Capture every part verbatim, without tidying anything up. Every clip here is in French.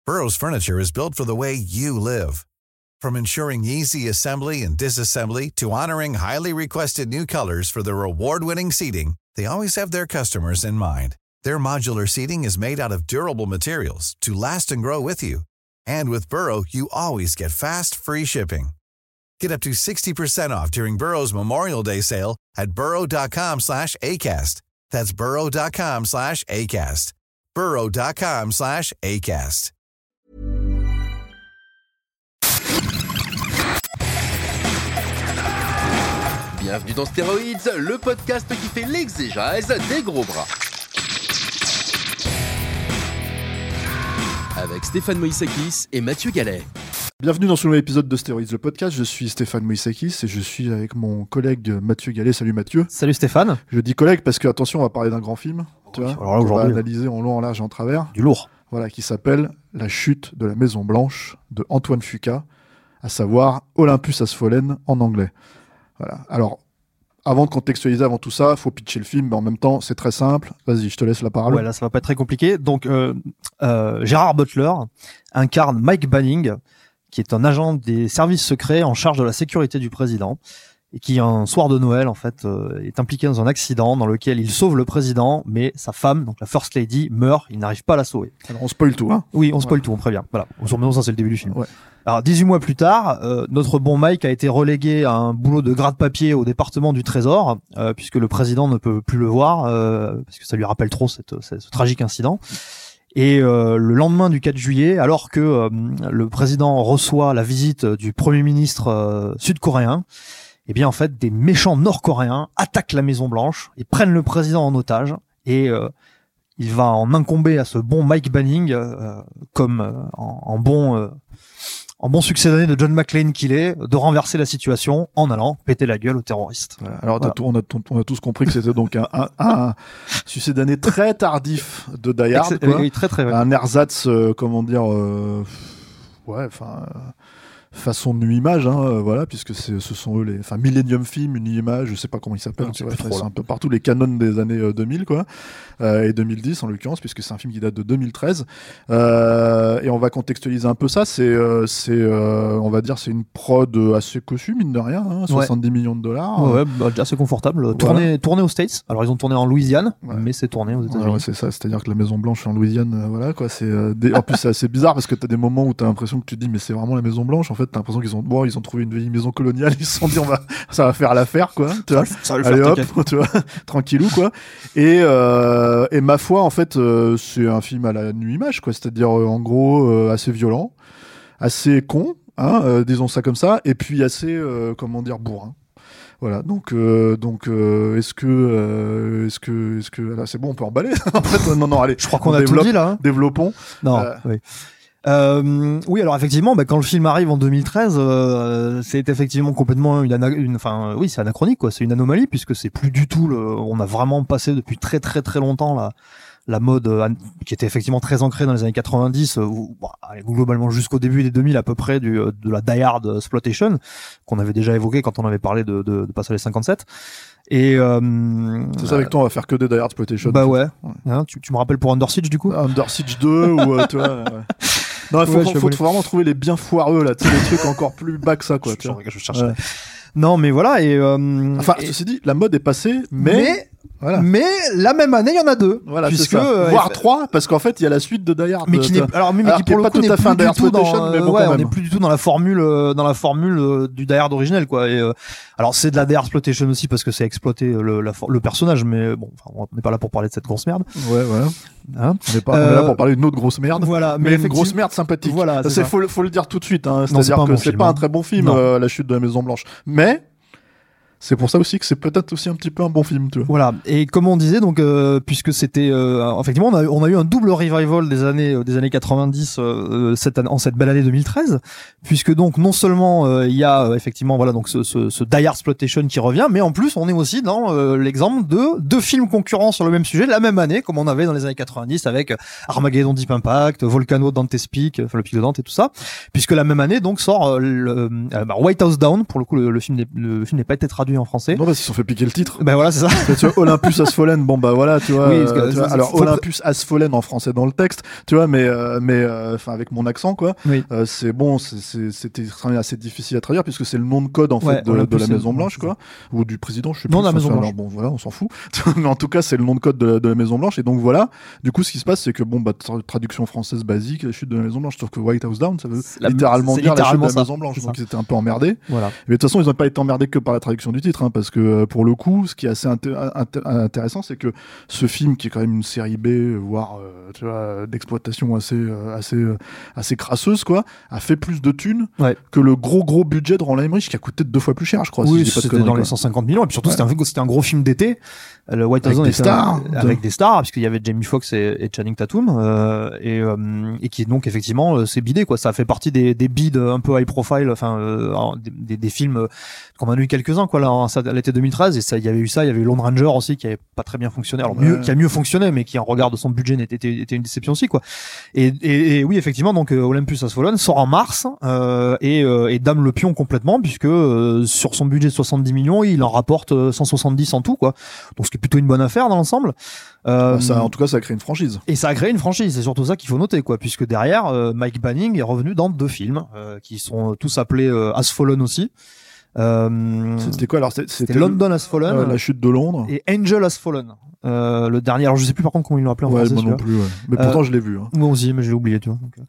Burrow's furniture is built for the way you live. From ensuring easy assembly and disassembly to honoring highly requested new colors for their award-winning seating, they always have their customers in mind. Their modular seating is made out of durable materials to last and grow with you. And with Burrow, you always get fast, free shipping. Get up to sixty percent off during Burrow's Memorial Day sale at burrow.com slash ACAST. That's burrow.com slash ACAST. burrow.com slash ACAST. Bienvenue dans Stéroïdes, le podcast qui fait l'exégèse des gros bras. Avec Stéphane Moïsakis et Mathieu Gallet. Bienvenue dans ce nouvel épisode de Stéroïdes, le podcast. Je suis Stéphane Moïsakis et je suis avec mon collègue Mathieu Gallet. Salut Mathieu. Salut Stéphane. Je dis collègue parce que, attention, on va parler d'un grand film. Tu vois, alors là, on va aujourd'hui, analyser en long, en large et en travers. Du lourd. Voilà, qui s'appelle La chute de la Maison Blanche de Antoine Fuqua, à savoir Olympus Has Fallen en anglais. Voilà. Alors, avant de contextualiser, avant tout ça, il faut pitcher le film, mais en même temps, c'est très simple. Vas-y, je te laisse la parole. Ouais, là, ça va pas être très compliqué. Donc, euh, euh, Gérard Butler incarne Mike Banning, qui est un agent des services secrets en charge de la sécurité du président, et qui, un soir de Noël, en fait, euh, est impliqué dans un accident dans lequel il sauve le président, mais sa femme, donc la First Lady, meurt. Il n'arrive pas à la sauver. Alors, on spoil tout, hein. Oui, on spoil ouais. tout, on prévient. Voilà. Maintenant, ça, c'est le début du film. Ouais. Alors, dix-huit mois plus tard, euh, notre bon Mike a été relégué à un boulot de gratte-papier au département du Trésor, euh, puisque le président ne peut plus le voir, euh, parce que ça lui rappelle trop cette, cette, ce tragique incident. Et euh, le lendemain du quatre juillet, alors que euh, le président reçoit la visite du premier ministre euh, sud-coréen, eh bien en fait, des méchants nord-coréens attaquent la Maison Blanche et prennent le président en otage. Et euh, il va en incomber à ce bon Mike Banning, euh, comme euh, en, en bon... Euh, en bon succédané de John McClane qu'il est, de renverser la situation en allant péter la gueule aux terroristes. Voilà. Alors, voilà. tout, on, a, on a tous compris que c'était donc un, un, un succédané très tardif de Die Hard, quoi. Oui, très très. Ouais. Un ersatz, euh, comment dire, euh, ouais, enfin, euh, façon de New Image, hein, euh, voilà, puisque c'est, ce sont eux les, enfin, Millennium Film, New Image, je sais pas comment ils s'appellent, c'est, vrai, c'est un peu partout les canons des années euh, deux mille, quoi, euh, et deux mille dix en l'occurrence, puisque c'est un film qui date de deux mille treize, euh, et on va contextualiser un peu ça. C'est, euh, c'est, euh, on va dire, c'est une prod assez cossue, mine de rien, hein, soixante-dix ouais. millions de dollars. Ouais, ouais bah, assez confortable. Voilà. Tourné, tourné aux States. Alors ils ont tourné en Louisiane, ouais. mais c'est tourné aux États-Unis. Ouais, ouais, c'est ça. C'est-à-dire que la Maison Blanche en Louisiane, euh, voilà, quoi. C'est, euh, des... en plus, c'est assez bizarre parce que t'as des moments où t'as l'impression que tu te dis, mais c'est vraiment la Maison Blanche. En fait, t'as l'impression qu'ils ont, bon, ils ont trouvé une vieille maison coloniale. Ils se sont dit, on va, ça va faire l'affaire, quoi. Tu vois. Ça va le Allez faire, hop, t'inquiète. Tu vois, tranquillou, quoi. Et, euh, et ma foi, en fait, euh, c'est un film à la New Image, quoi. C'est-à-dire, euh, en gros, euh, assez violent, assez con, hein, euh, disons ça comme ça, et puis assez, euh, comment dire, bourrin. Voilà, donc euh, donc euh, est-ce que euh, est-ce que est-ce que là c'est bon, on peut emballer. En fait, non non, allez. Je crois qu'on a développe, tout dit là. Hein. Développons. Non. Euh... Oui. Euh, oui, alors effectivement, bah, quand le film arrive en deux mille treize, euh, c'est effectivement complètement une, ana- une, enfin, oui, c'est anachronique, quoi. C'est une anomalie puisque c'est plus du tout le. On a vraiment passé depuis très très très longtemps la la mode euh, qui était effectivement très ancrée dans les années quatre-vingt-dix, euh, ou, bon, globalement jusqu'au début des deux mille à peu près, du, de la Die Hard exploitation qu'on avait déjà évoqué quand on avait parlé de, de, de Passer les cinquante-sept. Et euh, c'est ça, avec toi on va faire que des Die Hard exploitation. Bah ouais. ouais. Hein, tu, tu me rappelles pour Under Siege du coup. Under Siege deux ou euh, tu vois. Ouais. Non, il faut, ouais, faut, faut, faut vraiment trouver les bien foireux là, tu sais, les trucs encore plus bas que ça, quoi. Je, tu je, vois. je cherche. Ouais. Non, mais voilà, et euh, enfin, et... ceci dit, la mode est passée, mais, mais... Voilà. Mais la même année, il y en a deux. Voilà, puisque euh, voire trois, parce qu'en fait, il y a la suite de Die Hard. Mais qui n'est, alors, mais, mais alors, qui pour le pas coup tout n'est à fait un Die Hard exploitation, mais bon, ouais, quand on même. n'est plus du tout dans la formule, euh, dans la formule euh, du Die Hard originel, quoi. Et euh, alors c'est de la Die Hard exploitation aussi parce que c'est exploité le, la, le personnage, mais bon, enfin, on n'est pas là pour parler de cette grosse merde. Ouais, voilà. Hein on n'est pas, euh, on est là pour parler d'une autre grosse merde. Voilà, mais, mais une grosse merde sympathique. Voilà, ça, c'est c'est faut, faut le dire tout de suite. Hein. Non, c'est-à-dire c'est que bon c'est film, pas hein. un très bon film, euh, La Chute de la Maison Blanche, mais c'est pour ça aussi que c'est peut-être aussi un petit peu un bon film, tu vois. Voilà. Et comme on disait, donc, euh, puisque c'était, euh, effectivement, on a, on a eu un double revival des années, euh, des années quatre-vingt-dix, euh, cette année, en cette belle année deux mille treize, puisque donc, non seulement, il euh, y a, euh, effectivement, voilà, donc, ce, ce, ce Die Hard exploitation qui revient, mais en plus, on est aussi dans, euh, l'exemple de deux films concurrents sur le même sujet, la même année, comme on avait dans les années quatre-vingt-dix avec Armageddon Deep Impact, Volcano, Dante's Peak, enfin, le Pic de Dante et tout ça, puisque la même année, donc, sort, euh, le, euh, bah, White House Down, pour le coup, le, le film n'est, le film n'est pas été traduit traduit en français. Non, parce qu'ils se sont fait piquer le titre. Ben voilà, c'est ça. Tu vois, Olympus Has Fallen, bon bah voilà, tu vois. Oui, parce que euh, tu vois, c'est- alors faut- Olympus Has Fallen en français dans le texte, tu vois, mais euh, mais enfin avec mon accent quoi. Oui. Euh, c'est bon, c'est- c'est- c'était assez difficile à traduire puisque c'est le nom de code en Ouais, fait de, Olympus, de la c'est- Maison Blanche c'est quoi, ou du président, je sais Non, plus. de la Maison enfin, Blanche. alors, bon voilà, on s'en fout. Mais en tout cas, c'est le nom de code de, de la Maison Blanche et donc voilà. Du coup, ce qui se passe, c'est que bon bah tra- traduction française basique, la chute de la Maison Blanche, sauf que White House Down, ça veut C'est la- littéralement c'est dire littéralement la chute de ça. la Maison Blanche, C'est donc ça. ils étaient un peu emmerdés. Voilà. Mais de toute façon, ils n'ont pas été emmerdés que par la traduction du titre, hein, parce que euh, pour le coup, ce qui est assez inté- inté- intéressant, c'est que ce film, qui est quand même une série B, voire euh, tu vois, d'exploitation assez, euh, assez, euh, assez crasseuse, quoi, a fait plus de thunes Ouais. que le gros gros budget de Roland Emmerich, qui a coûté deux fois plus cher, je crois. si Oui, je dis pas de c'était conneries, dans quoi. les cent cinquante millions. Et puis surtout, Ouais. c'était un, c'était un gros film d'été. Le White House Avec Down des était un- stars. avec des stars, puisqu'il y avait Jamie Foxx et, et Channing Tatum, euh, et, euh, et qui donc effectivement euh, c'est bidé quoi. Ça fait partie des, des bids un peu high profile, enfin euh, en- des, des, des films euh, qu'on a eu quelques-uns quoi là, en, ça, à l'été deux mille treize. Et ça, il y avait eu ça, il y avait eu Lone Ranger aussi qui avait pas très bien fonctionné, alors mieux, Ouais. qui a mieux fonctionné, mais qui en regard de son budget n'était était, était une déception aussi quoi. Et, et, et oui effectivement donc euh, Olympus Has Fallen sort en mars euh, et, euh, et dame le pion complètement puisque euh, sur son budget de soixante-dix millions, il en rapporte euh, cent soixante-dix en tout quoi. Donc ce qui est plutôt une bonne affaire dans l'ensemble. Euh, Bah, ça, en tout cas, ça a créé une franchise. et ça a créé une franchise, c'est surtout ça qu'il faut noter, quoi, puisque derrière, euh, Mike Banning est revenu dans deux films euh, qui sont tous appelés euh, Has Fallen aussi. Euh, C'était quoi alors C'était C'était London Has Fallen euh, la chute de Londres. et Angel Has Fallen. Euh, le dernier, alors je sais plus par contre comment ils l'ont appelé en Ouais, français. moi non celui-là. plus. Ouais. Mais Euh, pourtant, je l'ai vu. Hein. Moi aussi, mais je l'ai oublié, tu vois. Donc,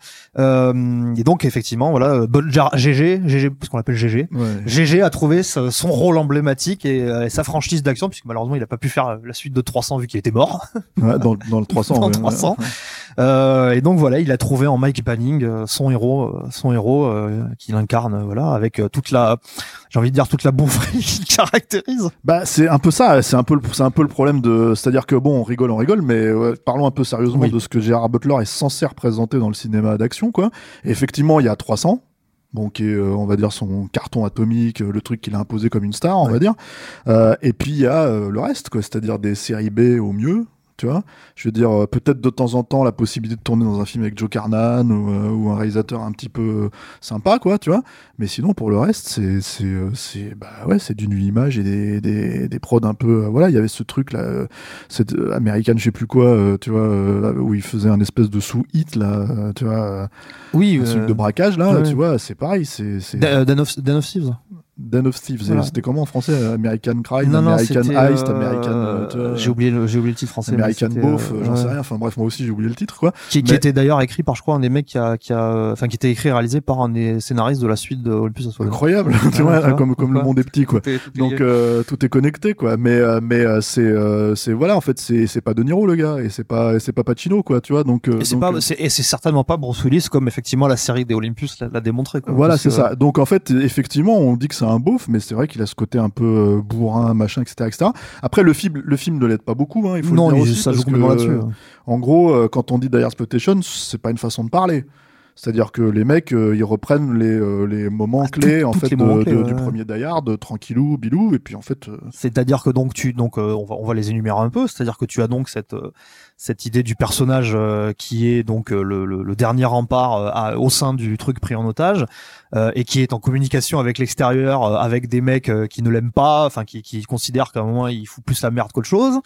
euh, et donc effectivement, voilà, euh, Bon- Jar- G G, G G, parce qu'on l'appelle G G. Ouais. G G a trouvé ce- son rôle emblématique et, euh, et sa franchise d'action, puisque malheureusement il a pas pu faire euh, la suite de trois cents vu qu'il était mort. Ouais, dans, dans le trois cents. Dans ouais, trois cents. ouais. Euh, et donc voilà, il a trouvé en Mike Banning euh, son héros, euh, son héros euh, qu'il incarne, euh, voilà, avec euh, toute la, j'ai envie de dire toute la boufferie qui le caractérise. Bah, c'est un peu ça, c'est un peu le, c'est un peu le problème de, c'est-à-dire que bon, on rigole, on rigole, mais ouais, parlons un peu sérieusement Oui. de ce que Gerard Butler est censé représenter dans le cinéma d'action, quoi. Et effectivement, il y a trois cents, bon, qui est, euh, on va dire, son carton atomique, euh, le truc qu'il a imposé comme une star, on Ouais. va dire. Euh, et puis il y a euh, le reste, quoi, c'est-à-dire des séries B au mieux. Tu vois, je veux dire, euh, peut-être de temps en temps la possibilité de tourner dans un film avec Joe Carnan ou, euh, ou un réalisateur un petit peu euh, sympa, quoi, tu vois. Mais sinon, pour le reste, c'est, c'est, euh, c'est, bah ouais, c'est du nu image et des, des, des prods un peu, euh, voilà, il y avait ce truc là, euh, cette euh, American, je sais plus quoi, euh, tu vois, euh, où il faisait un espèce de sous-hit là, euh, tu vois, euh, Oui, un truc de braquage là, ouais. tu vois, c'est pareil, c'est, c'est Dan of, Dan of Thieves. Den of Thieves. Voilà. C'était comment en français? euh, American Crime, Non, non, American c'était, Heist, euh, American, euh, tu vois, j'ai oublié le, j'ai oublié le titre français. mais American c'était, Beauf, euh, j'en sais ouais. rien. Enfin bref, moi aussi j'ai oublié le titre, quoi. Qui, qui Mais- était d'ailleurs écrit par, je crois, un des mecs qui a, qui a, enfin, qui était écrit et réalisé par un des scénaristes de la suite de Olympus Has Fallen. Incroyable, tu Ouais, vois, tu vois, comme, comme le quoi. monde est petit, quoi. Tout est- tout est Donc lié. euh, tout est connecté, quoi. Mais euh, mais euh, c'est euh, c'est voilà, en fait, c'est c'est pas De Niro le gars, et c'est pas et c'est pas Pacino, quoi, tu vois. Donc euh, Et c'est donc, pas, euh, c'est, et c'est certainement pas Bruce Willis comme effectivement la série des Olympus l'a, l'a démontré, quoi. Voilà, Parce c'est que- ça. Donc en fait, effectivement, on dit que c'est un beauf, mais c'est vrai qu'il a ce côté un peu euh, bourrin, machin, et cetera, et cetera. Après, le film, le film ne l'aide pas beaucoup, hein, il faut Non, le dire il- aussi, ça parce joue complètement que, là-dessus. hein. en gros, euh, quand on dit Die Hard Exploitation, c'est pas une façon de parler. C'est-à-dire que les mecs, euh, ils reprennent les, euh, les moments Ah, clés tout- en toutes fait les de- moments de- clés, ouais, du ouais. premier Die Hard, tranquillou, bilou, et puis en fait, euh, C'est-à-dire que donc tu donc euh, on va on va les énumérer un peu, c'est-à-dire que tu as donc cette euh, cette idée du personnage euh, qui est donc euh, le, le, le dernier rempart euh, à- au sein du truc pris en otage euh, et qui est en communication avec l'extérieur euh, avec des mecs euh, qui ne l'aiment pas, enfin qui qui considèrent qu'à un moment il fout plus la merde qu'autre chose.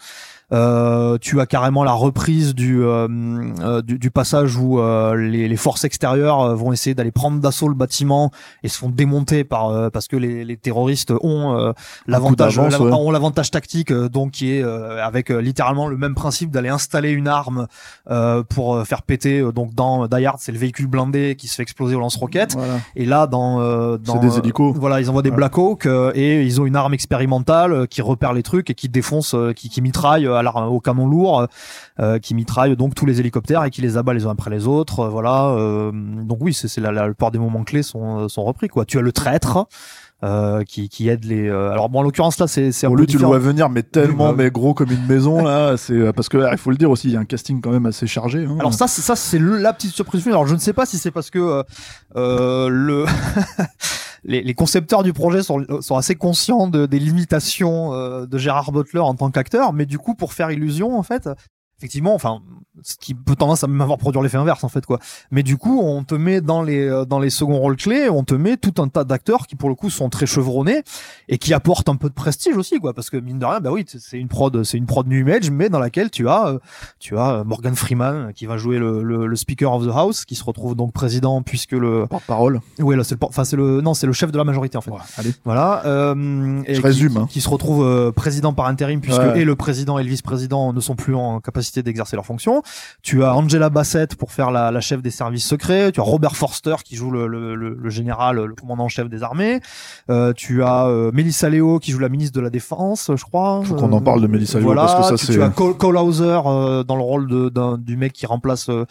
Euh, tu as carrément la reprise du euh, euh, du, du passage où euh, les, les forces extérieures euh, vont essayer d'aller prendre d'assaut le bâtiment et se font démonter par euh, parce que les, les terroristes ont euh, l'avantage d'avance, l'av- ouais. ont l'avantage tactique euh, donc qui est euh, avec euh, littéralement le même principe d'aller installer une arme euh, pour euh, faire péter euh, donc dans Die Hard c'est le véhicule blindé qui se fait exploser au lance-roquettes voilà. et là dans euh, dans C'est des euh, hélicos. voilà ils envoient des Ouais. Black Hawk euh, et ils ont une arme expérimentale euh, qui repère les trucs et qui défonce euh, qui, qui mitraille euh, à la- au canon lourd euh, qui mitraille donc tous les hélicoptères et qui les abat les uns après les autres euh, voilà euh, donc oui c'est c'est la, la plupart des moments clés sont sont repris quoi. Tu as le traître euh, qui qui aide les euh, alors bon en l'occurrence là c'est c'est un Pour peu lui, tu le différent. vois venir, mais tellement, Oui, bah, mais gros comme une maison, là. C'est euh, parce que, ah, il faut le dire aussi, il y a un casting quand même assez chargé. Hein. Alors ça, c'est ça, c'est le- la petite surprise du film. Alors je ne sais pas si c'est parce que euh, euh, le les, les concepteurs du projet sont, sont assez conscients de, des limitations euh, de Gerard Butler en tant qu'acteur, mais du coup pour faire illusion en fait, effectivement, enfin, ce qui peut tendance à même avoir produire l'effet inverse en fait quoi. Mais du coup, on te met dans les dans les seconds rôles clés, on te met tout un tas d'acteurs qui pour le coup sont très chevronnés et qui apportent un peu de prestige aussi quoi, parce que mine de rien, bah oui, c'est une prod, c'est une prod New Image, mais dans laquelle tu as euh, tu as Morgan Freeman qui va jouer le, le le Speaker of the House, qui se retrouve donc président puisque le porte-parole. Oui, là c'est le enfin c'est le non c'est le chef de la majorité en fait. Ouais, allez. Voilà. Euh, et Je qui, résume. Qui, hein. qui se retrouve euh, président par intérim puisque ouais. et le président et le vice-président ne sont plus en capacité d'exercer leurs fonctions. Tu as Angela Bassett pour faire la, la chef des services secrets. Tu as Robert Forster qui joue le, le, le, le général, le commandant en chef des armées. Euh, tu as euh, Melissa Leo qui joue la ministre de la Défense, je crois. Faut qu'on en parle de Melissa Leo voilà, parce que ça tu, c'est. Tu as Cole, Cole Hauser euh, dans le rôle de, d'un, du mec qui remplace euh,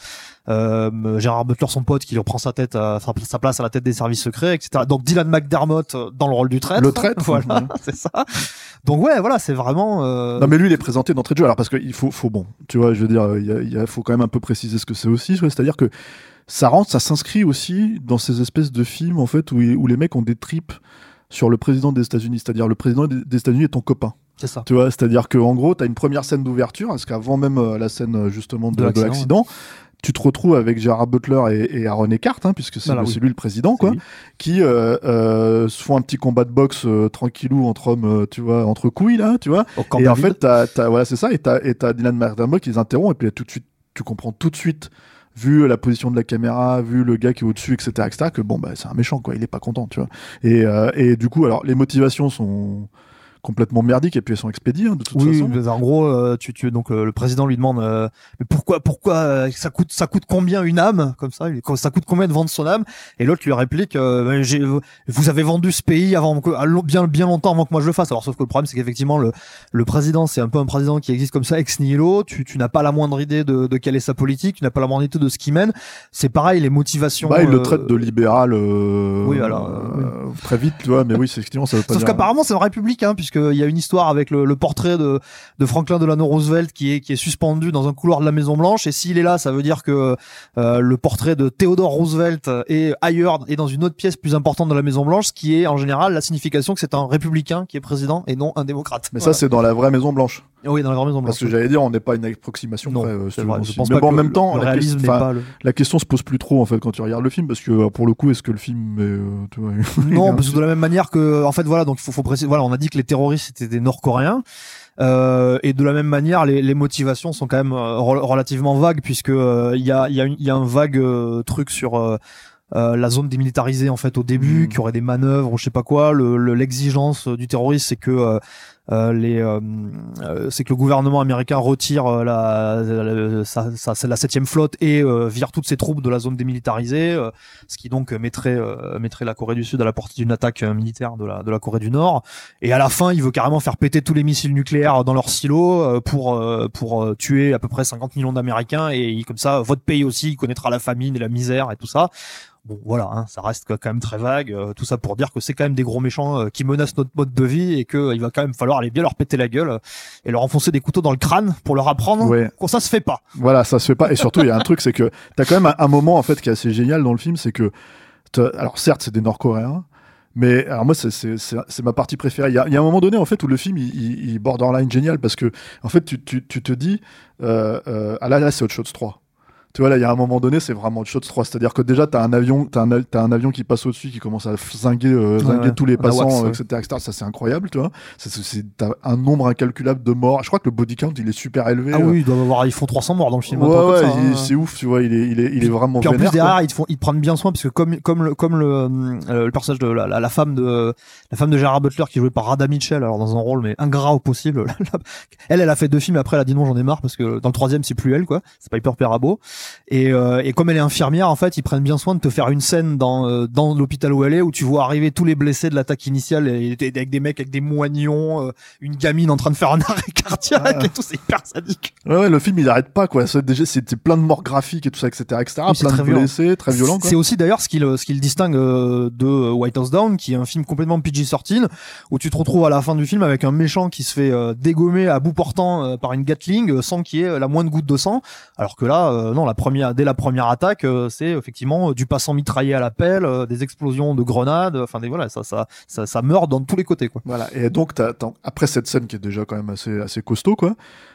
euh, Gérard Butler, son pote, qui reprend sa tête, à, sa place à la tête des services secrets, et cetera. Donc Dylan McDermott dans le rôle du traître. Le traître. Voilà, mmh. c'est ça. Donc ouais, voilà, c'est vraiment. Euh... Non mais lui il est présenté d'entrée de jeu alors parce qu'il faut, faut bon, tu vois, je veux dire, il y a, il y a, faut quand même un peu préciser ce que c'est aussi, c'est-à-dire que ça rentre, ça s'inscrit aussi dans ces espèces de films en fait où, où les mecs ont des tripes sur le président des États-Unis, c'est-à-dire le président des États-Unis est ton copain. C'est ça. Tu vois, c'est-à-dire que en gros, t'as une première scène d'ouverture, parce qu'avant même euh, la scène justement de, de l'accident. De l'accident ouais. Tu te retrouves avec Gerard Butler et, et Aaron Eckhart, hein, puisque c'est, voilà, le, oui. c'est lui le président, quoi, lui. qui euh, euh, se font un petit combat de boxe euh, tranquillou entre hommes, euh, tu vois, entre couilles là, tu vois. Et en fait, t'as, t'as, voilà, c'est ça, et t'as, et t'as Dylan McDermott qui les interrompt, et puis là, tout de suite, tu comprends tout de suite, vu la position de la caméra, vu le gars qui est au-dessus, et cetera, et cetera, que bon, bah, c'est un méchant, quoi, il est pas content, tu vois. Et, euh, et du coup, alors, les motivations sont complètement merdiques et puis elles sont expédiées hein, de toute oui, façon. Oui, en gros, euh, tu, tu donc euh, le président lui demande euh, mais pourquoi, pourquoi euh, ça coûte, ça coûte combien une âme comme ça, ça coûte combien de vendre son âme? Et l'autre lui réplique euh, j'ai, vous avez vendu ce pays avant que, bien, bien longtemps avant que moi je le fasse. Alors sauf que le problème c'est qu'effectivement le, le président c'est un peu un président qui existe comme ça ex nihilo. Tu, tu n'as pas la moindre idée de, de quelle est sa politique, tu n'as pas la moindre idée de ce qu'il mène. C'est pareil les motivations. Bah il euh, le traite de libéral. Euh, oui alors euh, euh, oui. Très vite tu vois, mais oui c'est effectivement ça veut pas sauf dire. Sauf qu'apparemment c'est un républicain puisque il y a une histoire avec le, le portrait de, de Franklin Delano Roosevelt qui est, qui est suspendu dans un couloir de la Maison Blanche, et s'il est là, ça veut dire que euh, le portrait de Theodore Roosevelt est ailleurs et dans une autre pièce plus importante de la Maison Blanche, ce qui est en général la signification que c'est un républicain qui est président et non un démocrate. Mais voilà. Ça c'est dans la vraie Maison Blanche. Oui, dans la vraie Maison Blanche. Parce que j'allais dire, on n'est pas une approximation non, près. Euh, c'est vrai, je pense mais pas bon, que en le, même temps, le la, réalisme question, n'est pas le... la question se pose plus trop en fait quand tu regardes le film, parce que pour le coup, est-ce que le film est, euh, tu vois, non, parce que de la même manière que, en fait, voilà, donc il faut, faut préciser, voilà, on a dit que les terroristes étaient des Nord-Coréens. Euh, et de la même manière, les, les motivations sont quand même euh, relativement vagues, puisque il euh, y a, y a, y a un vague euh, truc sur euh, euh, la zone démilitarisée en fait au début, mmh. qui aurait des manœuvres ou je sais pas quoi. Le, le, l'exigence du terroriste, c'est que euh, Euh, les, euh, euh, c'est que le gouvernement américain retire euh, la, la, sa, sa, la septième flotte et euh, vire toutes ses troupes de la zone démilitarisée, euh, ce qui donc mettrait, euh, mettrait la Corée du Sud à la portée d'une attaque euh, militaire de la, de la Corée du Nord. Et à la fin, il veut carrément faire péter tous les missiles nucléaires dans leurs silos euh, pour, euh, pour euh, tuer à peu près cinquante millions d'Américains, et comme ça, votre pays aussi il connaîtra la famine et la misère et tout ça. Bon, voilà, hein, ça reste quand même très vague. Euh, tout ça pour dire que c'est quand même des gros méchants euh, qui menacent notre mode de vie, et qu'il euh, va quand même falloir aller bien leur péter la gueule euh, et leur enfoncer des couteaux dans le crâne pour leur apprendre ouais. que ça se fait pas. Voilà, ça se fait pas. Et surtout, il y a un truc, c'est que t'as quand même un, un moment en fait qui est assez génial dans le film, c'est que, alors certes, c'est des Nord-Coréens. Mais alors moi c'est, c'est, c'est, c'est ma partie préférée. Il y, a, il y a un moment donné en fait où le film il, il, il borderline génial, parce que en fait tu, tu, tu te dis euh, euh, ah là là c'est Hot Shots trois. Tu vois, là, il y a un moment donné, c'est vraiment Hot Shots trois. C'est-à-dire que déjà, t'as un avion, t'as un, t'as un avion qui passe au-dessus, qui commence à zinguer, euh, zinguer ouais, ouais. tous les passants, wax, ouais. et cetera, et cetera. Ça, c'est incroyable, tu vois. C'est, c'est, c'est, t'as un nombre incalculable de morts. Je crois que le body count, il est super élevé. Ah oui, ils doivent avoir, ils font trois cents morts dans le film. Ouais, ouais, ça, il, hein. c'est ouf, tu vois. Il est, il est, il est vraiment puis, puis vénère. En plus, derrière, ils te font, ils te prennent bien soin, parce que comme, comme le, comme le, euh, le personnage de la, la, la femme de, la femme de Gerard Butler, qui est jouée par Radha Mitchell, alors dans un rôle, mais ingrat au possible. elle, elle a fait deux films, après, elle a dit non, j'en ai marre, parce que dans le troisième, c'est plus elle, quoi. C'est Piper Perabo. Et, euh, et comme elle est infirmière, en fait, ils prennent bien soin de te faire une scène dans euh, dans l'hôpital où elle est, où tu vois arriver tous les blessés de l'attaque initiale, et, et, avec des mecs avec des moignons, euh, une gamine en train de faire un arrêt cardiaque, ah. et tout, c'est hyper sadique. Ouais, ouais, le film il arrête pas, quoi. C'est, déjà, c'est, c'est plein de morts graphiques et tout ça, et cetera, et cetera. Oui, plein de blessés, violent. Très violent. Quoi. C'est aussi d'ailleurs ce qui le ce qui le distingue euh, de White House Down, qui est un film complètement P G treize, où tu te retrouves à la fin du film avec un méchant qui se fait euh, dégommer à bout portant euh, par une Gatling euh, sans qu'il y ait la moindre goutte de sang, alors que là, euh, non, la première, dès la première attaque, euh, c'est effectivement euh, du passant mitraillé à la pelle, euh, des explosions de grenades, enfin des voilà, ça, ça, ça, ça meurt dans tous les côtés, quoi. Voilà. Et donc, t'as, t'as, après cette scène qui est déjà quand même assez, assez costaud, quoi,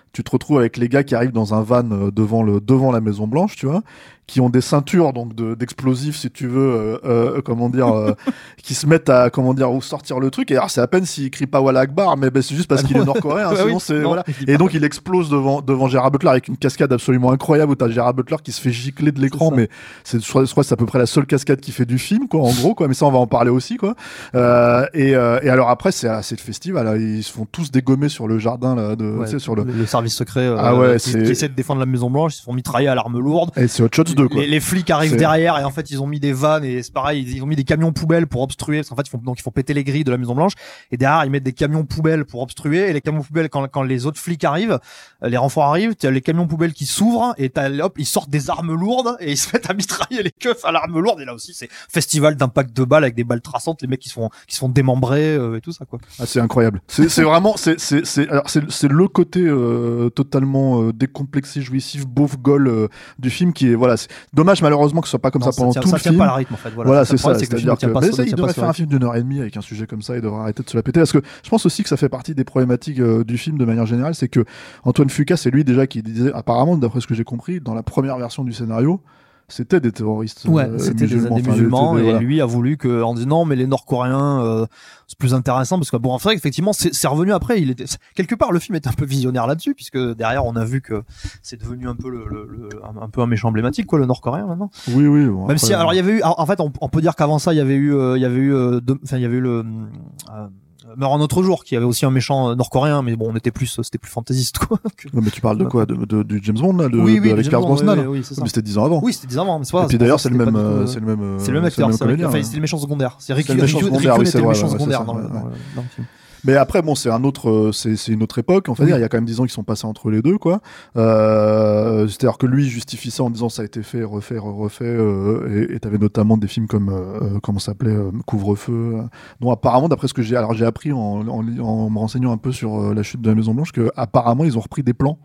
tu te retrouves avec les gars qui arrivent dans un van euh, devant le devant la Maison Blanche, tu vois, qui ont des ceintures donc de, d'explosifs si tu veux, euh, euh, comment dire, euh, qui se mettent à comment dire où sortir le truc. Et alors c'est à peine s'il crie pas Wallah Akbar, mais ben, c'est juste parce qu'il est nord-coréen. Hein, bah sinon oui, c'est non, voilà. Et donc il explose devant devant Gerard Butler avec une cascade absolument incroyable où t'as Gerard Butler qui se fait gicler de l'écran, c'est mais c'est je crois, je crois que c'est à peu près la seule cascade qui fait du film, quoi, en gros, quoi. Mais ça on va en parler aussi, quoi. Euh, et, euh, et alors après c'est c'est le festival. Là, ils se font tous dégommer sur le jardin là, de, ouais, tu sais, sur le... le service secret euh, ah ouais, qui, qui essaie de défendre la Maison Blanche. Ils se font mitrailler à l'arme lourde. Et c'est Hot Shots deux, quoi. Les, les flics arrivent c'est... derrière et en fait ils ont mis des vannes et c'est pareil, ils, ils ont mis des camions poubelles pour obstruer parce qu'en fait ils font donc ils font péter les grilles de la Maison Blanche et derrière ils mettent des camions poubelles pour obstruer et les camions poubelles quand quand les autres flics arrivent, les renforts arrivent, tu as les camions poubelles qui s'ouvrent et t'as hop ils sortent des armes lourdes et ils se mettent à mitrailler les keufs à l'arme lourde et là aussi c'est festival d'impact de balles avec des balles traçantes, les mecs qui se font qui se font démembrer euh, et tout ça, quoi. Ah, c'est incroyable. C'est c'est vraiment c'est c'est c'est alors c'est c'est le côté euh, totalement euh, décomplexé, jouissif, beauf goal euh, du film qui est voilà, c'est dommage malheureusement que ce soit pas comme non, ça pendant ça tient, tout ça le tient film. Pas le rythme en fait. Voilà, voilà c'est, c'est ça, c'est c'est-à-dire que, que... mais ça, il devrait faire un film d'une heure et demie avec un sujet comme ça, il devrait arrêter de se la péter parce que je pense aussi que ça fait partie des problématiques euh, du film de manière générale, c'est que Antoine Fuqua, c'est lui déjà qui disait apparemment d'après ce que j'ai compris dans la première version du scénario, c'était des terroristes. Ouais, euh, c'était musulmans, des, des enfin, musulmans des, et voilà. lui a voulu que, en disant non, mais les Nord-Coréens, euh, c'est plus intéressant parce que bon, en fait, effectivement, c'est, c'est revenu après. Il était quelque part, le film était un peu visionnaire là-dessus puisque derrière, on a vu que c'est devenu un peu le, le, le un, un peu un méchant emblématique, quoi, le Nord-Coréen maintenant. Oui, oui. Bon, Même après, si, alors, il y avait eu, en fait, on, on peut dire qu'avant ça, il y avait eu, euh, il y avait eu, enfin, euh, il y avait eu le. Euh, Meurt un autre jour, qui avait aussi un méchant nord-coréen, mais bon, on était plus, c'était plus fantaisiste, quoi. Non, mais tu parles de quoi, de, de, du James Bond là, de, oui, oui, de avec Pierce Brosnan. Oui, oui, c'est ça. Mais c'était dix ans avant. Oui, c'était dix ans avant. Mais c'est pas, et puis d'ailleurs, c'est le même, euh, c'est le même, c'est le même acteur, c'est le enfin, c'était le méchant secondaire. C'est Rick, le méchant secondaire, Rick, c'est le vrai, méchant ouais, secondaire ça, dans, ouais, le, ouais. dans, le, dans le film. Mais après, bon, c'est un autre, c'est, c'est une autre époque. Enfin, oui. Il y a quand même dix ans qui sont passés entre les deux, quoi. Euh, c'est-à-dire que lui justifie ça en disant ça a été fait, refait, refait. Euh, et t'avais notamment des films comme, euh, comment ça s'appelait, euh, Couvre-feu, euh, dont apparemment, d'après ce que j'ai, alors j'ai appris en, en, en me renseignant un peu sur euh, la chute de la Maison Blanche, que apparemment ils ont repris des plans